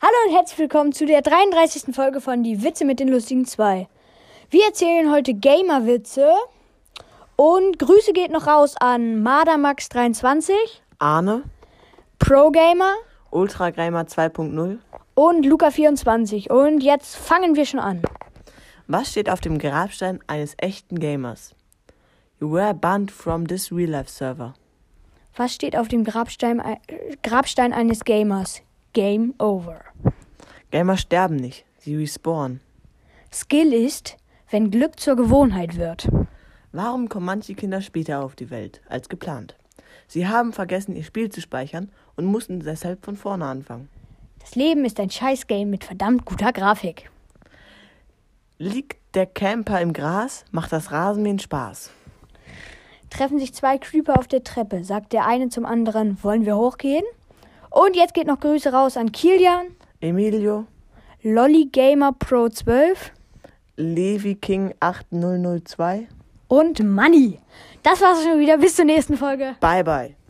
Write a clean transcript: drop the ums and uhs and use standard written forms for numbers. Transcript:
Hallo und herzlich willkommen zu der 33. Folge von Die Witze mit den lustigen 2. Wir erzählen heute Gamer-Witze und Grüße geht noch raus an Madamax23, Arne, ProGamer, Ultragamer 2.0. und Luca24. Und jetzt fangen wir schon an. Was steht auf dem Grabstein eines echten Gamers? You were banned from this real-life server. Was steht auf dem Grabstein eines Gamers? Game over. Gamer sterben nicht, sie respawnen. Skill ist, wenn Glück zur Gewohnheit wird. Warum kommen manche Kinder später auf die Welt als geplant? Sie haben vergessen, ihr Spiel zu speichern und mussten deshalb von vorne anfangen. Das Leben ist ein Scheiß-Game mit verdammt guter Grafik. Liegt der Camper im Gras, macht das Rasenmähen Spaß. Treffen sich zwei Creeper auf der Treppe, sagt der eine zum anderen, wollen wir hochgehen? Und jetzt geht noch Grüße raus an Kilian, Emilio, Lollygamer Pro 12 Levi King 8002. und Manni. Das war's schon wieder. Bis zur nächsten Folge. Bye bye.